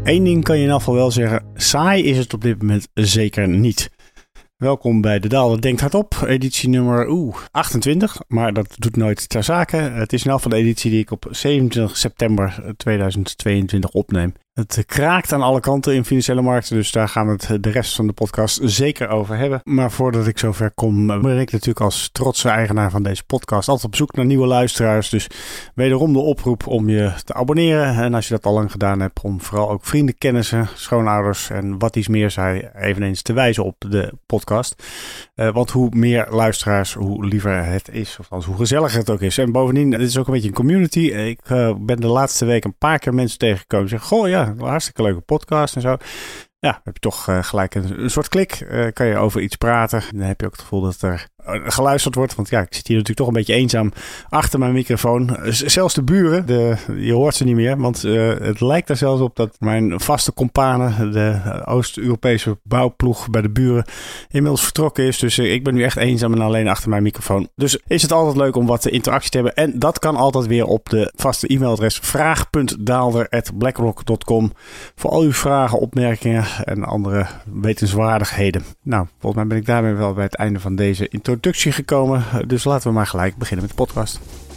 Eén ding kan je in ieder geval wel zeggen, saai is het op dit moment zeker niet. Welkom bij De Daalder Denkt Hardop, editie nummer 28, maar dat doet nooit ter zake. Het is in ieder geval de editie die ik op 27 september 2022 opneem. Het kraakt aan alle kanten in financiële markten, dus daar gaan we het de rest van de podcast zeker over hebben. Maar voordat ik zover kom, ben ik natuurlijk als trotse eigenaar van deze podcast altijd op zoek naar nieuwe luisteraars. Dus wederom de oproep om je te abonneren. En als je dat al lang gedaan hebt, om vooral ook vrienden, kennissen, schoonouders en wat iets meer zij eveneens te wijzen op de podcast. Want hoe meer luisteraars, hoe liever het is. Of althans, hoe gezelliger het ook is. En bovendien, het is ook een beetje een community. Ik ben de laatste week een paar keer mensen tegengekomen die zeggen, goh ja, een hartstikke leuke podcast en zo. Ja, heb je toch gelijk een soort klik. Kan je over iets praten. Dan heb je ook het gevoel dat er geluisterd wordt. Want ja, ik zit hier natuurlijk toch een beetje eenzaam achter mijn microfoon. Zelfs de buren, je hoort ze niet meer. Want het lijkt er zelfs op dat mijn vaste companen, de Oost-Europese bouwploeg bij de buren, inmiddels vertrokken is. Dus ik ben nu echt eenzaam en alleen achter mijn microfoon. Dus is het altijd leuk om wat interactie te hebben. En dat kan altijd weer op de vaste e-mailadres vraag.daalder@blackrock.com voor al uw vragen, opmerkingen en andere wetenswaardigheden. Nou, volgens mij ben ik daarmee wel bij het einde van deze introductie gekomen. Dus laten we maar gelijk beginnen met de podcast.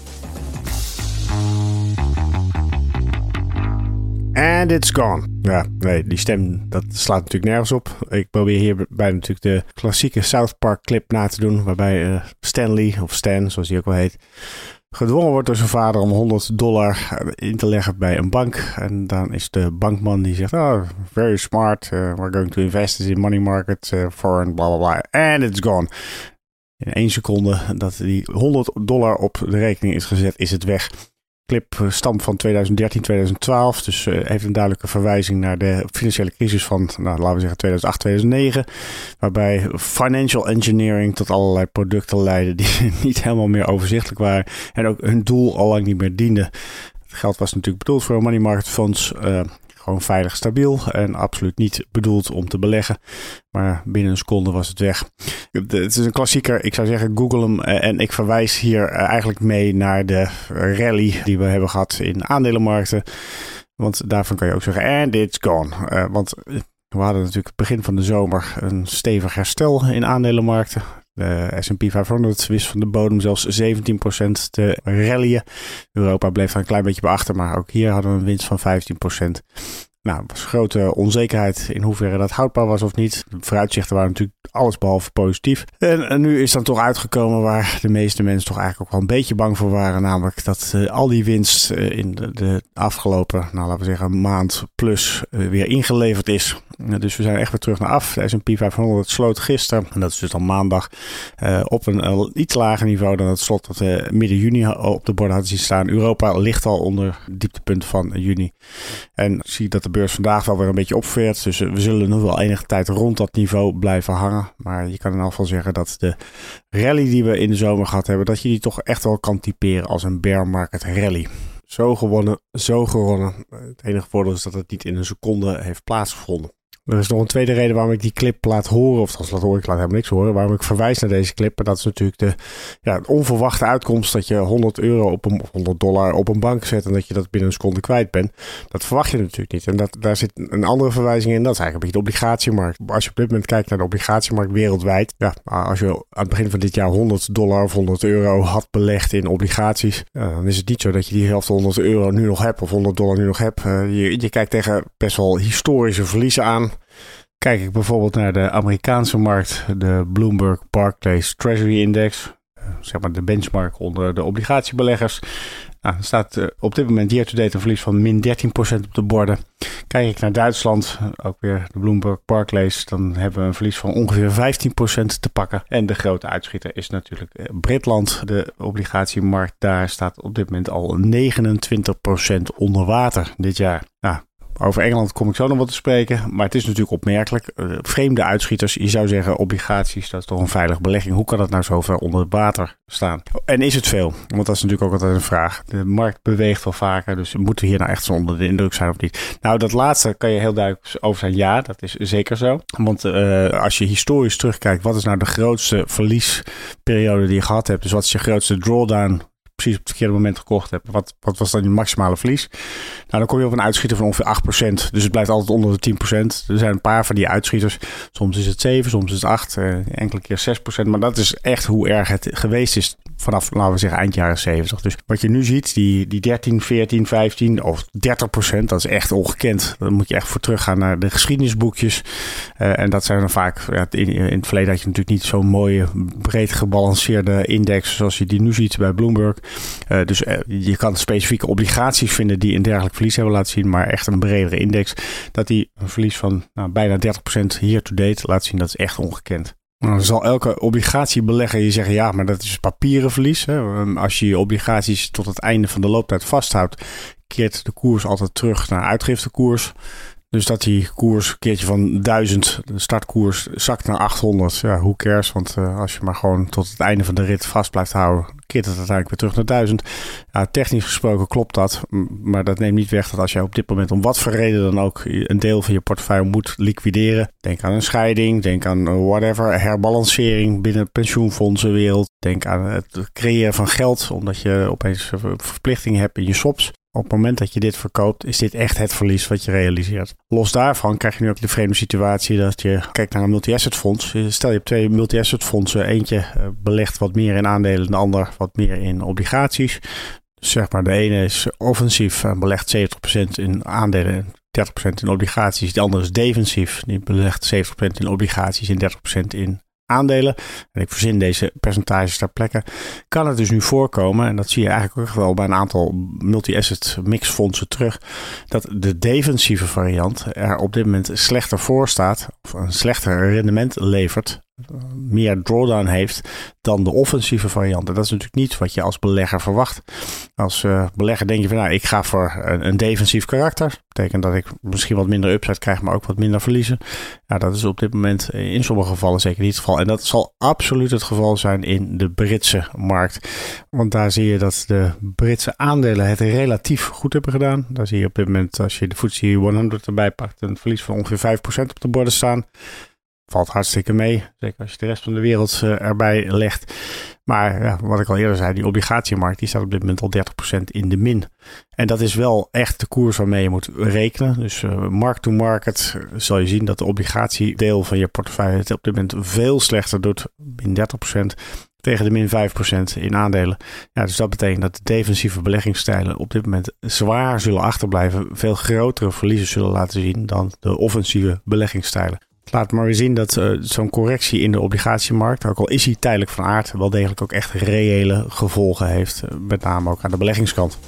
And it's gone. Ja, nee, die stem, dat slaat natuurlijk nergens op. Ik probeer hierbij natuurlijk de klassieke South Park clip na te doen, waarbij Stanley, of Stan, zoals hij ook wel heet, gedwongen wordt door zijn vader om $100 in te leggen bij een bank. En dan is de bankman die zegt, oh, very smart, we're going to invest in money market foreign, bla bla bla. And it's gone. In 1 seconde dat die $100 op de rekening is gezet, is het weg. Clip stamt van 2013, 2012. Dus heeft een duidelijke verwijzing naar de financiële crisis van, laten we zeggen 2008, 2009. Waarbij financial engineering tot allerlei producten leidde die niet helemaal meer overzichtelijk waren. En ook hun doel al lang niet meer diende. Het geld was natuurlijk bedoeld voor een money market fonds. Gewoon veilig, stabiel en absoluut niet bedoeld om te beleggen. Maar binnen een seconde was het weg. Het is een klassieker. Ik zou zeggen, google hem. En ik verwijs hier eigenlijk mee naar de rally die we hebben gehad in aandelenmarkten. Want daarvan kan je ook zeggen, and it's gone. Want we hadden natuurlijk begin van de zomer een stevig herstel in aandelenmarkten. De S&P 500 wist van de bodem zelfs 17% te rallyen. Europa bleef er een klein beetje bij achter, maar ook hier hadden we een winst van 15%. Nou, er was grote onzekerheid in hoeverre dat houdbaar was of niet. De vooruitzichten waren natuurlijk allesbehalve positief. En nu is dan toch uitgekomen waar de meeste mensen toch eigenlijk ook wel een beetje bang voor waren. Namelijk dat al die winst in de afgelopen, laten we zeggen, maand plus weer ingeleverd is. Dus we zijn echt weer terug naar af. De S&P 500 sloot gisteren, en dat is dus al maandag, op een iets lager niveau dan het slot dat we midden juni op de borden hadden zien staan. Europa ligt al onder het dieptepunt van juni. En zie dat de beurs vandaag wel weer een beetje opveert. Dus we zullen nog wel enige tijd rond dat niveau blijven hangen. Maar je kan in elk geval zeggen dat de rally die we in de zomer gehad hebben, dat je die toch echt wel kan typeren als een bear market rally. Zo gewonnen, zo gewonnen. Het enige voordeel is dat het niet in een seconde heeft plaatsgevonden. Er is nog een tweede reden waarom ik die clip laat horen. Of als laat horen, ik laat helemaal niks horen. Waarom ik verwijs naar deze clip. En dat is natuurlijk de onverwachte uitkomst dat je $100 op een bank zet. En dat je dat binnen een seconde kwijt bent. Dat verwacht je natuurlijk niet. En daar zit een andere verwijzing in. Dat is eigenlijk een beetje de obligatiemarkt. Als je op dit moment kijkt naar de obligatiemarkt wereldwijd. Ja, als je aan het begin van dit jaar $100 of €100 had belegd in obligaties. Dan is het niet zo dat je die helft €100 nu nog hebt. Of $100 nu nog hebt. Je kijkt tegen best wel historische verliezen aan. Kijk ik bijvoorbeeld naar de Amerikaanse markt, de Bloomberg Barclays Treasury Index, zeg maar de benchmark onder de obligatiebeleggers. Er staat op dit moment year-to-date een verlies van min 13% op de borden. Kijk ik naar Duitsland, ook weer de Bloomberg Barclays, dan hebben we een verlies van ongeveer 15% te pakken. En de grote uitschieter is natuurlijk Britland. De obligatiemarkt daar staat op dit moment al 29% onder water dit jaar. Over Engeland kom ik zo nog wat te spreken. Maar het is natuurlijk opmerkelijk. Vreemde uitschieters. Je zou zeggen obligaties. Dat is toch een veilige belegging. Hoe kan dat nou zo ver onder het water staan? En is het veel? Want dat is natuurlijk ook altijd een vraag. De markt beweegt wel vaker. Dus moeten we hier nou echt zo onder de indruk zijn of niet? Nou, dat laatste kan je heel duidelijk over zijn. Ja, dat is zeker zo. Want als je historisch terugkijkt. Wat is nou de grootste verliesperiode die je gehad hebt? Dus wat is je grootste drawdown precies op het verkeerde moment gekocht hebt. Wat was dan je maximale verlies? Nou, dan kom je op een uitschieter van ongeveer 8%. Dus het blijft altijd onder de 10%. Er zijn een paar van die uitschieters. Soms is het 7, soms is het 8, enkele keer 6%. Maar dat is echt hoe erg het geweest is vanaf, laten we zeggen, eind jaren 70. Dus wat je nu ziet, die 13, 14, 15 of 30%, dat is echt ongekend. Dan moet je echt voor teruggaan naar de geschiedenisboekjes. En dat zijn dan vaak, in het verleden had je natuurlijk niet zo'n mooie, breed gebalanceerde index zoals je die nu ziet bij Bloomberg. Dus je kan specifieke obligaties vinden die een dergelijk verlies hebben laten zien, maar echt een bredere index. Dat die een verlies van bijna 30% year to date laat zien, dat is echt ongekend. Nou, dan zal elke obligatiebelegger je zeggen, ja, maar dat is papieren verlies. Hè? Als je je obligaties tot het einde van de looptijd vasthoudt, keert de koers altijd terug naar uitgiftekoers. Dus dat die koers een keertje van 1000, de startkoers, zakt naar 800. Ja, who cares? Want als je maar gewoon tot het einde van de rit vast blijft houden, keert het uiteindelijk weer terug naar 1000. Ja, technisch gesproken klopt dat. Maar dat neemt niet weg dat als jij op dit moment om wat voor reden dan ook een deel van je portefeuille moet liquideren. Denk aan een scheiding, denk aan whatever, herbalancering binnen pensioenfondsenwereld. Denk aan het creëren van geld, omdat je opeens verplichtingen hebt in je SOPs. Op het moment dat je dit verkoopt, is dit echt het verlies wat je realiseert. Los daarvan krijg je nu ook de vreemde situatie dat je kijkt naar een multi-asset fonds. Stel je hebt 2 multi-asset fondsen. Eentje belegt wat meer in aandelen, de ander wat meer in obligaties. Dus zeg maar de ene is offensief en belegt 70% in aandelen en 30% in obligaties. De andere is defensief. Die belegt 70% in obligaties en 30% in aandelen. En ik verzin deze percentages ter plekke. Kan het dus nu voorkomen, en dat zie je eigenlijk ook wel bij een aantal multi-asset mixfondsen terug, dat de defensieve variant er op dit moment slechter voor staat, of een slechter rendement levert, meer drawdown heeft dan de offensieve variant. En dat is natuurlijk niet wat je als belegger verwacht. Als belegger denk je van, ik ga voor een defensief karakter. Dat betekent dat ik misschien wat minder upside krijg, maar ook wat minder verliezen. Ja, dat is op dit moment in sommige gevallen zeker niet het geval. En dat zal absoluut het geval zijn in de Britse markt. Want daar zie je dat de Britse aandelen het relatief goed hebben gedaan. Daar zie je op dit moment, als je de FTSE 100 erbij pakt, een verlies van ongeveer 5% op de borden staan. Valt hartstikke mee, zeker als je de rest van de wereld erbij legt. Maar ja, wat ik al eerder zei, die obligatiemarkt die staat op dit moment al 30% in de min. En dat is wel echt de koers waarmee je moet rekenen. Dus mark-to-market zal je zien dat de obligatiedeel van je portefeuille het op dit moment veel slechter doet, min 30%. Tegen de min 5% in aandelen. Ja, dus dat betekent dat de defensieve beleggingsstijlen op dit moment zwaar zullen achterblijven. Veel grotere verliezen zullen laten zien dan de offensieve beleggingsstijlen. Laat maar weer zien dat zo'n correctie in de obligatiemarkt, ook al is die tijdelijk van aard, wel degelijk ook echt reële gevolgen heeft. Met name ook aan de beleggingskant.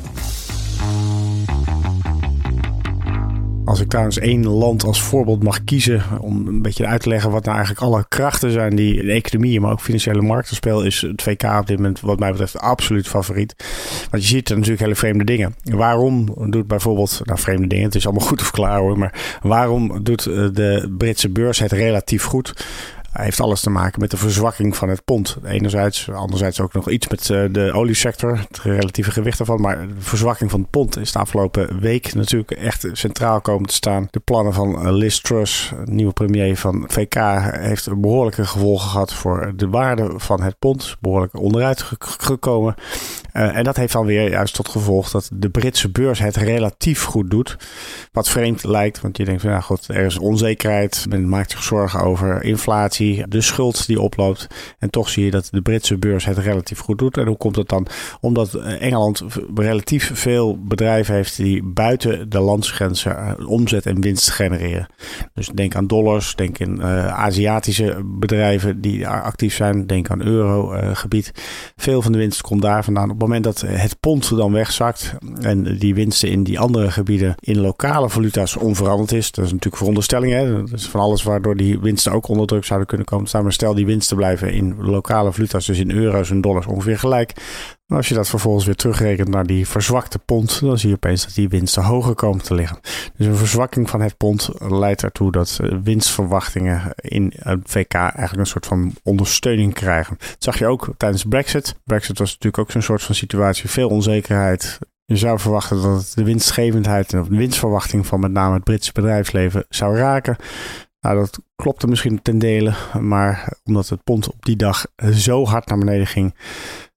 Als ik trouwens één land als voorbeeld mag kiezen om een beetje uit te leggen wat nou eigenlijk alle krachten zijn die in economieën, maar ook financiële markten spelen, is het VK op dit moment wat mij betreft absoluut favoriet. Want je ziet er natuurlijk hele vreemde dingen. Waarom doet bijvoorbeeld, vreemde dingen, het is allemaal goed te verklaren hoor, maar waarom doet de Britse beurs het relatief goed? Heeft alles te maken met de verzwakking van het pond. Enerzijds, anderzijds ook nog iets met de oliesector, het relatieve gewicht daarvan. Maar de verzwakking van het pond is de afgelopen week natuurlijk echt centraal komen te staan. De plannen van Liz Truss, nieuwe premier van VK, heeft behoorlijke gevolgen gehad voor de waarde van het pond. Behoorlijk onderuit gekomen. En dat heeft dan weer juist tot gevolg dat de Britse beurs het relatief goed doet. Wat vreemd lijkt, want je denkt van er is onzekerheid. Men maakt zich zorgen over inflatie. De schuld die oploopt. En toch zie je dat de Britse beurs het relatief goed doet. En hoe komt dat dan? Omdat Engeland relatief veel bedrijven heeft die buiten de landsgrenzen omzet en winst genereren. Dus denk aan dollars, denk aan Aziatische bedrijven die actief zijn. Denk aan eurogebied. Veel van de winst komt daar vandaan. Op het moment dat het pond dan wegzakt en die winsten in die andere gebieden in lokale valuta's onveranderd is. Dat is natuurlijk veronderstelling. Hè? Dat is van alles waardoor die winsten ook onder druk zouden kunnen komen te staan. Maar stel die winsten blijven in lokale valuta's, dus in euro's en dollars ongeveer gelijk. En als je dat vervolgens weer terugrekent naar die verzwakte pond, dan zie je opeens dat die winsten hoger komen te liggen. Dus een verzwakking van het pond leidt ertoe dat winstverwachtingen in het VK eigenlijk een soort van ondersteuning krijgen. Dat zag je ook tijdens Brexit. Brexit was natuurlijk ook zo'n soort van situatie, veel onzekerheid. Je zou verwachten dat het de winstgevendheid en de winstverwachting van met name het Britse bedrijfsleven zou raken. Nou, dat klopte misschien ten dele, maar omdat het pond op die dag zo hard naar beneden ging,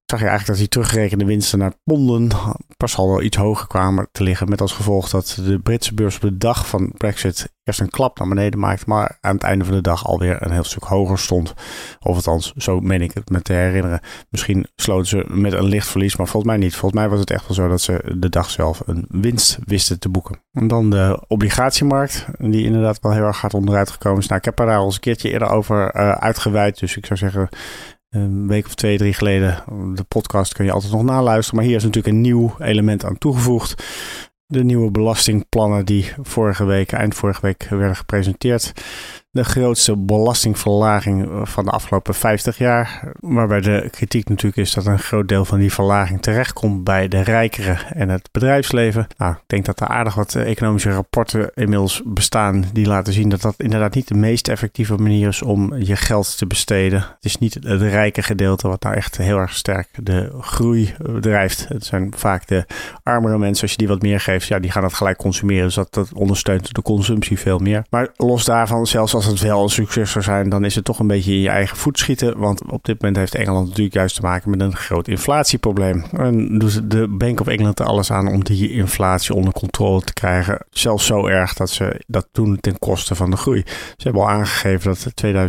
zag je eigenlijk dat die teruggerekende winsten naar ponden pas al wel iets hoger kwamen te liggen. Met als gevolg dat de Britse beurs op de dag van Brexit eerst een klap naar beneden maakte, maar aan het einde van de dag alweer een heel stuk hoger stond. Of althans, zo meen ik het me te herinneren. Misschien sloten ze met een licht verlies, maar volgens mij niet. Volgens mij was het echt wel zo dat ze de dag zelf een winst wisten te boeken. En dan de obligatiemarkt, die inderdaad wel heel erg hard onderuit gekomen is. Nou, ik heb er daar al eens een keertje eerder over uitgeweid, dus ik zou zeggen, een week of 2, 3 geleden, de podcast kun je altijd nog naluisteren. Maar hier is natuurlijk een nieuw element aan toegevoegd. De nieuwe belastingplannen die eind vorige week werden gepresenteerd. De grootste belastingverlaging van de afgelopen 50 jaar. Waarbij de kritiek natuurlijk is dat een groot deel van die verlaging terechtkomt bij de rijkeren en het bedrijfsleven. Nou, ik denk dat er aardig wat economische rapporten inmiddels bestaan die laten zien dat dat inderdaad niet de meest effectieve manier is om je geld te besteden. Het is niet het rijke gedeelte wat nou echt heel erg sterk de groei drijft. Het zijn vaak de armere mensen, als je die wat meer geeft, ja, die gaan dat gelijk consumeren. Dus dat ondersteunt de consumptie veel meer. Maar los daarvan, zelfs als het wel een succes zou zijn, dan is het toch een beetje in je eigen voet schieten. Want op dit moment heeft Engeland natuurlijk juist te maken met een groot inflatieprobleem. En doet de Bank of England er alles aan om die inflatie onder controle te krijgen. Zelfs zo erg dat ze dat doen ten koste van de groei. Ze hebben al aangegeven dat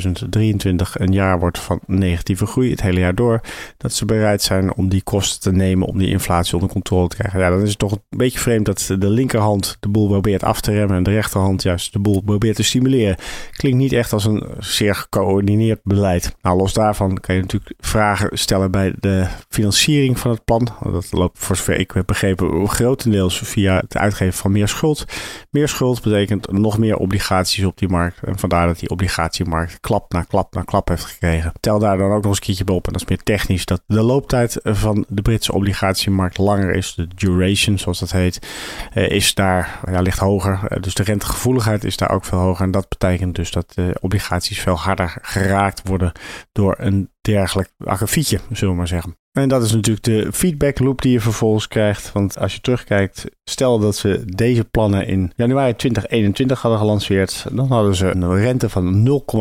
2023 een jaar wordt van negatieve groei, het hele jaar door. Dat ze bereid zijn om die kosten te nemen om die inflatie onder controle te krijgen. Ja, dan is het toch een beetje vreemd dat de linkerhand de boel probeert af te remmen en de rechterhand juist de boel probeert te stimuleren. Klinkt niet echt als een zeer gecoördineerd beleid. Nou, los daarvan kan je natuurlijk vragen stellen bij de financiering van het plan. Dat loopt, voor zover ik heb begrepen, grotendeels via het uitgeven van meer schuld. Meer schuld betekent nog meer obligaties op die markt. En vandaar dat die obligatiemarkt klap na klap na klap heeft gekregen. Tel daar dan ook nog eens een keertje bij op. En dat is meer technisch. Dat de looptijd van de Britse obligatiemarkt langer is. De duration, zoals dat heet, is daar ligt hoger. Dus de rentegevoeligheid is daar ook veel hoger. En dat betekent dus dat de obligaties veel harder geraakt worden door een dergelijk akkefietje, zullen we maar zeggen. En dat is natuurlijk de feedback loop die je vervolgens krijgt. Want als je terugkijkt, stel dat ze deze plannen in januari 2021 hadden gelanceerd, dan hadden ze een rente van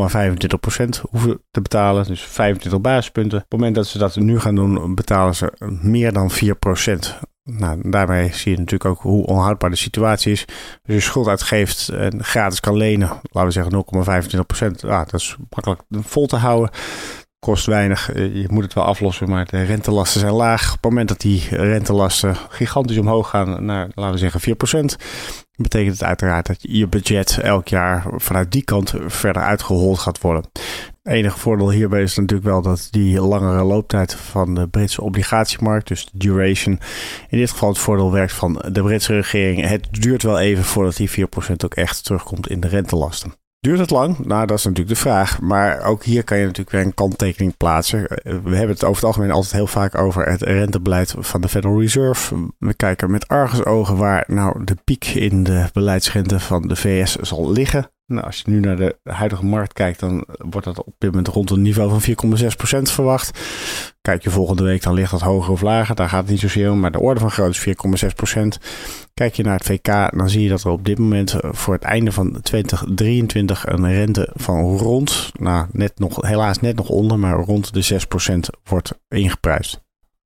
0,25% hoeven te betalen. Dus 25 basispunten. Op het moment dat ze dat nu gaan doen, betalen ze meer dan 4%. Nou, daarmee zie je natuurlijk ook hoe onhoudbaar de situatie is. Als je schuld uitgeeft en gratis kan lenen, laten we zeggen 0,25%. Dat is makkelijk vol te houden. Kost weinig, je moet het wel aflossen, maar de rentelasten zijn laag. Op het moment dat die rentelasten gigantisch omhoog gaan naar, laten we zeggen, 4%, betekent het uiteraard dat je budget elk jaar vanuit die kant verder uitgehold gaat worden. Het enige voordeel hierbij is natuurlijk wel dat die langere looptijd van de Britse obligatiemarkt, dus de duration, in dit geval het voordeel werkt van de Britse regering. Het duurt wel even voordat die 4% ook echt terugkomt in de rentelasten. Duurt het lang? Nou, dat is natuurlijk de vraag. Maar ook hier kan je natuurlijk weer een kanttekening plaatsen. We hebben het over het algemeen altijd heel vaak over het rentebeleid van de Federal Reserve. We kijken met argusogen waar nou de piek in de beleidsrente van de VS zal liggen. Nou, als je nu naar de huidige markt kijkt, dan wordt dat op dit moment rond een niveau van 4,6% verwacht. Kijk je volgende week, dan ligt dat hoger of lager. Daar gaat het niet zozeer om, maar de orde van grootte is 4,6%. Kijk je naar het VK, dan zie je dat er op dit moment voor het einde van 2023 een rente van rond, helaas net nog onder, maar rond de 6% wordt ingeprijsd.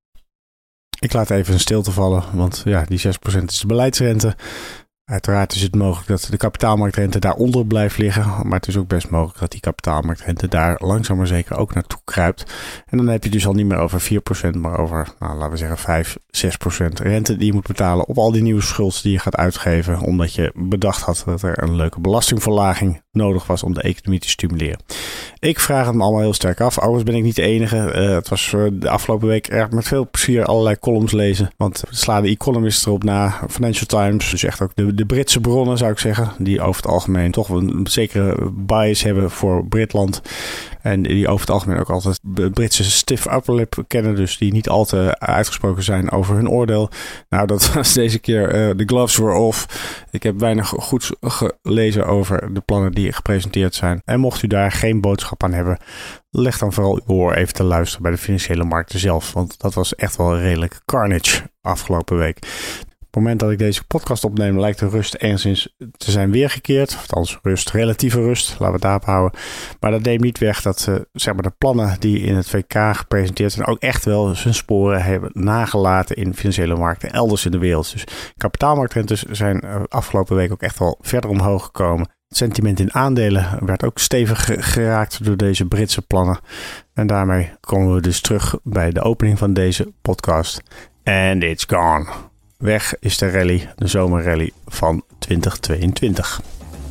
Ik laat even een stilte vallen, want ja, die 6% is de beleidsrente. Uiteraard is het mogelijk dat de kapitaalmarktrente daaronder blijft liggen. Maar het is ook best mogelijk dat die kapitaalmarktrente daar langzaam maar zeker ook naartoe kruipt. En dan heb je dus al niet meer over 4%, maar over, laten we zeggen 5-6% rente die je moet betalen op al die nieuwe schuld die je gaat uitgeven. Omdat je bedacht had dat er een leuke belastingverlaging nodig was om de economie te stimuleren. Ik vraag het me allemaal heel sterk af. Overigens ben ik niet de enige. Het was de afgelopen week erg met veel plezier allerlei columns lezen. Want sla de Economist erop na, Financial Times, dus echt ook de Britse bronnen zou ik zeggen. Die over het algemeen toch een zekere bias hebben voor Britland. En die over het algemeen ook altijd de Britse stiff upper lip kennen. Dus die niet al te uitgesproken zijn over hun oordeel. Nou, dat was deze keer de gloves were off. Ik heb weinig goeds gelezen over de plannen die gepresenteerd zijn. En mocht u daar geen boodschap aan hebben, leg dan vooral uw oor even te luisteren bij de financiële markten zelf. Want dat was echt wel redelijk carnage afgelopen week. het moment dat ik deze podcast opneem lijkt de rust enigszins te zijn weergekeerd. Of althans rust, relatieve rust, laten we het daarop houden. Maar dat neemt niet weg dat de plannen die in het VK gepresenteerd zijn ook echt wel zijn sporen hebben nagelaten in financiële markten elders in de wereld. Dus kapitaalmarktrentes zijn afgelopen week ook echt wel verder omhoog gekomen. Het sentiment in aandelen werd ook stevig geraakt door deze Britse plannen. En daarmee komen we dus terug bij de opening van deze podcast. And it's gone. Weg is de rally, de zomerrally van 2022.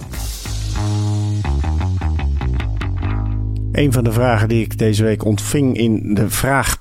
Een van de vragen die ik deze week ontving in de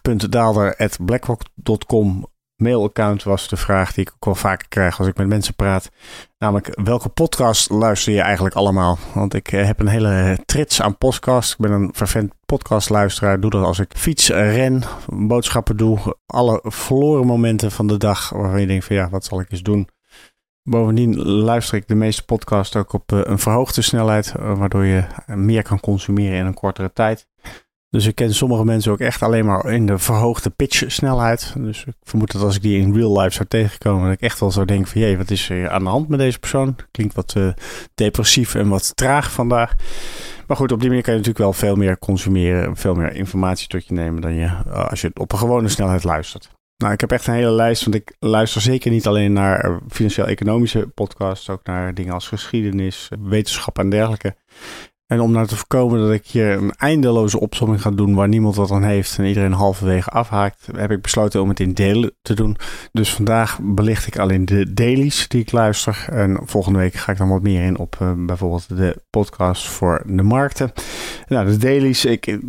vraag.daalder@blackrock.com mailaccount was de vraag die ik ook wel vaker krijg als ik met mensen praat. Namelijk, welke podcast luister je eigenlijk allemaal? Want ik heb een hele trits aan podcasts. Ik ben een fervent podcastluisteraar. Doe dat als ik fiets, ren, boodschappen doe. Alle verloren momenten van de dag waarvan je denkt van ja, wat zal ik eens doen? Bovendien luister ik de meeste podcasts ook op een verhoogde snelheid, waardoor je meer kan consumeren in een kortere tijd. Dus ik ken sommige mensen ook echt alleen maar in de verhoogde pitch-snelheid. Dus ik vermoed dat als ik die in real life zou tegenkomen, dat ik echt wel zou denken van jee, wat is er aan de hand met deze persoon? Klinkt wat depressief en wat traag vandaag. Maar goed, op die manier kan je natuurlijk wel veel meer consumeren, veel meer informatie tot je nemen dan je als je op een gewone snelheid luistert. Nou, ik heb echt een hele lijst, want ik luister zeker niet alleen naar financieel-economische podcasts, ook naar dingen als geschiedenis, wetenschap en dergelijke. En om nou te voorkomen dat ik hier een eindeloze opsomming ga doen waar niemand wat aan heeft en iedereen halverwege afhaakt, heb ik besloten om het in delen te doen. Dus vandaag belicht ik alleen de dailies die ik luister. En volgende week ga ik dan wat meer in op bijvoorbeeld de podcast voor de markten. Nou, de dailies,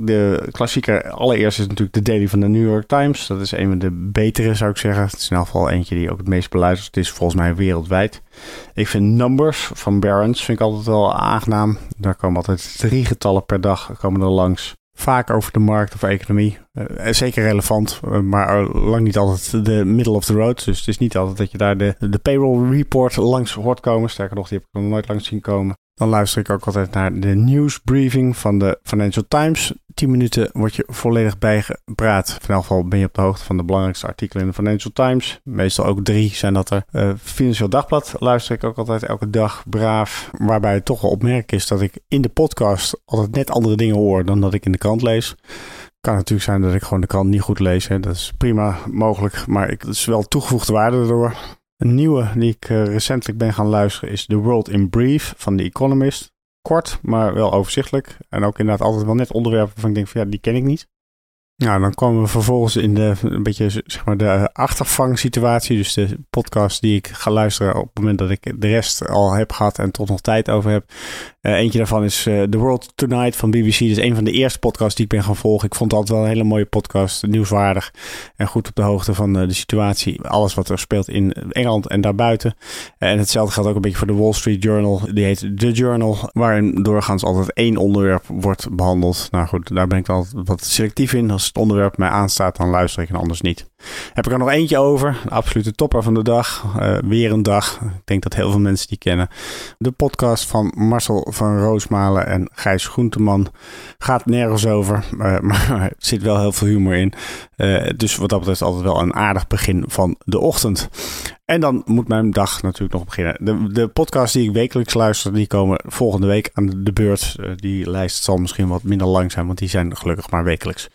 de klassieker allereerst is natuurlijk de daily van de New York Times. Dat is een van de betere, zou ik zeggen. Het is in ieder geval eentje die ook het meest beluisterd is, volgens mij wereldwijd. Ik vind Numbers van Barron's vind ik altijd wel aangenaam. Daar komen altijd 3 getallen per dag komen er langs. Vaak over de markt of economie. Zeker relevant, maar lang niet altijd de middle of the road. Dus het is niet altijd dat je daar de payroll report langs hoort komen. Sterker nog, die heb ik nog nooit langs zien komen. Dan luister ik ook altijd naar de nieuwsbriefing van de Financial Times. 10 minuten word je volledig bijgepraat. In elk geval ben je op de hoogte van de belangrijkste artikelen in de Financial Times. Meestal ook 3 zijn dat er. Financieel Dagblad luister ik ook altijd elke dag braaf. Waarbij het toch wel opmerkelijk is dat ik in de podcast altijd net andere dingen hoor dan dat ik in de krant lees. Kan natuurlijk zijn dat ik gewoon de krant niet goed lees. Hè. Dat is prima mogelijk, maar het is wel toegevoegde waarde erdoor. Een nieuwe die ik recentelijk ben gaan luisteren is The World in Brief van The Economist. Kort, maar wel overzichtelijk. En ook inderdaad altijd wel net onderwerpen waarvan ik denk van ja, die ken ik niet. Nou, dan komen we vervolgens in een beetje zeg maar de achtervangsituatie. Dus de podcast die ik ga luisteren op het moment dat ik de rest al heb gehad en tot nog tijd over heb. Eentje daarvan is The World Tonight van BBC. Dat is een van de eerste podcasts die ik ben gaan volgen. Ik vond het altijd wel een hele mooie podcast, nieuwswaardig en goed op de hoogte van de situatie. Alles wat er speelt in Engeland en daarbuiten. En hetzelfde geldt ook een beetje voor de Wall Street Journal. Die heet The Journal, waarin doorgaans altijd 1 onderwerp wordt behandeld. Nou goed, daar ben ik altijd wat selectief in. Als het onderwerp mij aanstaat, dan luister ik en anders niet. Heb ik er nog eentje over. De absolute topper van de dag. Weer een dag. Ik denk dat heel veel mensen die kennen. De podcast van Marcel van Roosmalen en Gijs Groenteman. Gaat nergens over. Maar er zit wel heel veel humor in. Dus wat dat betreft altijd wel een aardig begin van de ochtend. En dan moet mijn dag natuurlijk nog beginnen. De podcasts die ik wekelijks luister, die komen volgende week aan de beurt. Die lijst zal misschien wat minder lang zijn, want die zijn gelukkig maar wekelijks.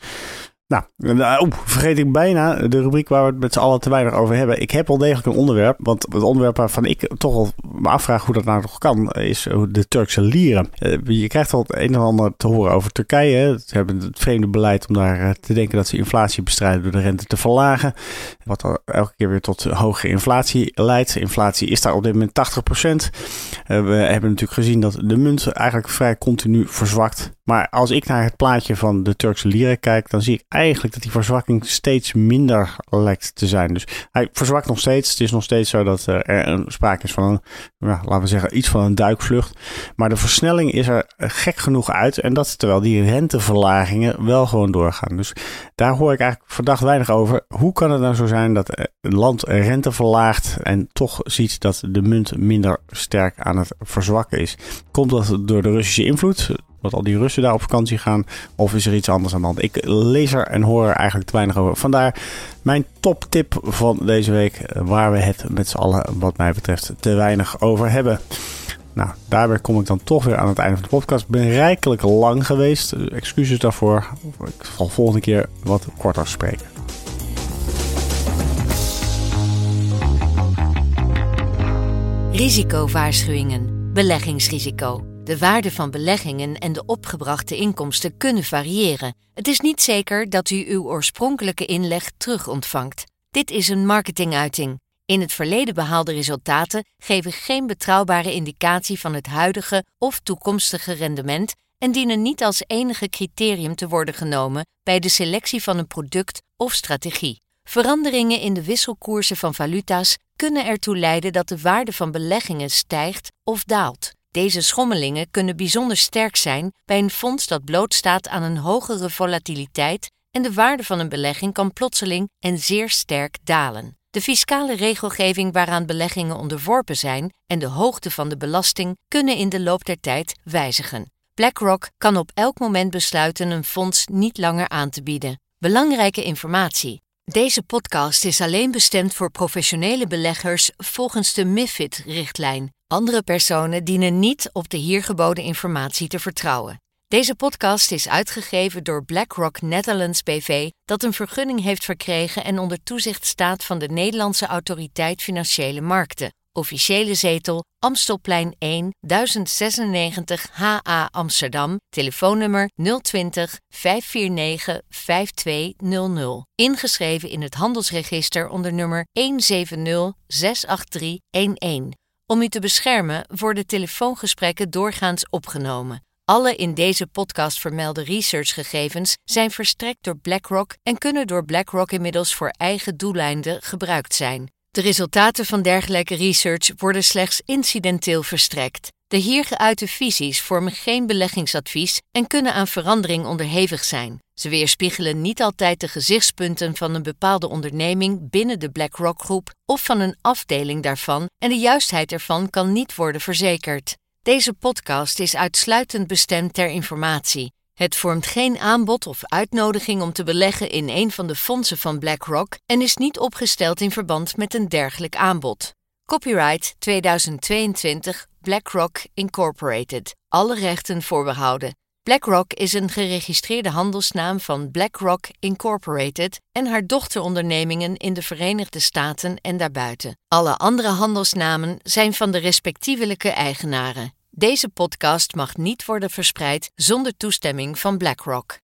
Nou, vergeet ik bijna de rubriek waar we het met z'n allen te weinig over hebben. Ik heb wel degelijk een onderwerp, want het onderwerp waarvan ik toch wel me afvraag hoe dat nou nog kan, is de Turkse lieren. Je krijgt wel het een en ander te horen over Turkije. Hè. Ze hebben het vreemde beleid om daar te denken dat ze inflatie bestrijden door de rente te verlagen. Wat elke keer weer tot hogere inflatie leidt. Inflatie is daar op dit moment 80%. We hebben natuurlijk gezien dat de munt eigenlijk vrij continu verzwakt. Maar als ik naar het plaatje van de Turkse lira kijk, dan zie ik eigenlijk dat die verzwakking steeds minder lijkt te zijn. Dus hij verzwakt nog steeds. Het is nog steeds zo dat er sprake is van laten we zeggen, iets van een duikvlucht. Maar de versnelling is er gek genoeg uit. En dat terwijl die renteverlagingen wel gewoon doorgaan. Dus daar hoor ik eigenlijk verdacht weinig over. Hoe kan het nou zo zijn dat een land rente verlaagt en toch ziet dat de munt minder sterk aan het verzwakken is? Komt dat door de Russische invloed? Dat al die Russen daar op vakantie gaan? Of is er iets anders aan de hand? Ik lees er en hoor er eigenlijk te weinig over. Vandaar mijn toptip van deze week, waar we het met z'n allen, wat mij betreft, te weinig over hebben. Nou, daarbij kom ik dan toch weer aan het einde van de podcast. Ik ben rijkelijk lang geweest. Excuses daarvoor. Ik zal volgende keer wat korter spreken. Risicowaarschuwingen. Beleggingsrisico. De waarde van beleggingen en de opgebrachte inkomsten kunnen variëren. Het is niet zeker dat u uw oorspronkelijke inleg terug ontvangt. Dit is een marketinguiting. In het verleden behaalde resultaten geven geen betrouwbare indicatie van het huidige of toekomstige rendement en dienen niet als enige criterium te worden genomen bij de selectie van een product of strategie. Veranderingen in de wisselkoersen van valuta's kunnen ertoe leiden dat de waarde van beleggingen stijgt of daalt. Deze schommelingen kunnen bijzonder sterk zijn bij een fonds dat blootstaat aan een hogere volatiliteit en de waarde van een belegging kan plotseling en zeer sterk dalen. De fiscale regelgeving waaraan beleggingen onderworpen zijn en de hoogte van de belasting kunnen in de loop der tijd wijzigen. BlackRock kan op elk moment besluiten een fonds niet langer aan te bieden. Belangrijke informatie. Deze podcast is alleen bestemd voor professionele beleggers volgens de MiFID-richtlijn. Andere personen dienen niet op de hier geboden informatie te vertrouwen. Deze podcast is uitgegeven door BlackRock Netherlands BV, dat een vergunning heeft verkregen en onder toezicht staat van de Nederlandse Autoriteit Financiële Markten. Officiële zetel Amstelplein 1, 1096 HA Amsterdam, telefoonnummer 020 549 5200. Ingeschreven in het handelsregister onder nummer 170-68311. Om u te beschermen worden telefoongesprekken doorgaans opgenomen. Alle in deze podcast vermelde researchgegevens zijn verstrekt door BlackRock en kunnen door BlackRock inmiddels voor eigen doeleinden gebruikt zijn. De resultaten van dergelijke research worden slechts incidenteel verstrekt. De hier geuite visies vormen geen beleggingsadvies en kunnen aan verandering onderhevig zijn. Ze weerspiegelen niet altijd de gezichtspunten van een bepaalde onderneming binnen de BlackRock-groep of van een afdeling daarvan en de juistheid ervan kan niet worden verzekerd. Deze podcast is uitsluitend bestemd ter informatie. Het vormt geen aanbod of uitnodiging om te beleggen in een van de fondsen van BlackRock en is niet opgesteld in verband met een dergelijk aanbod. Copyright 2022 BlackRock Incorporated. Alle rechten voorbehouden. BlackRock is een geregistreerde handelsnaam van BlackRock Incorporated en haar dochterondernemingen in de Verenigde Staten en daarbuiten. Alle andere handelsnamen zijn van de respectievelijke eigenaren. Deze podcast mag niet worden verspreid zonder toestemming van BlackRock.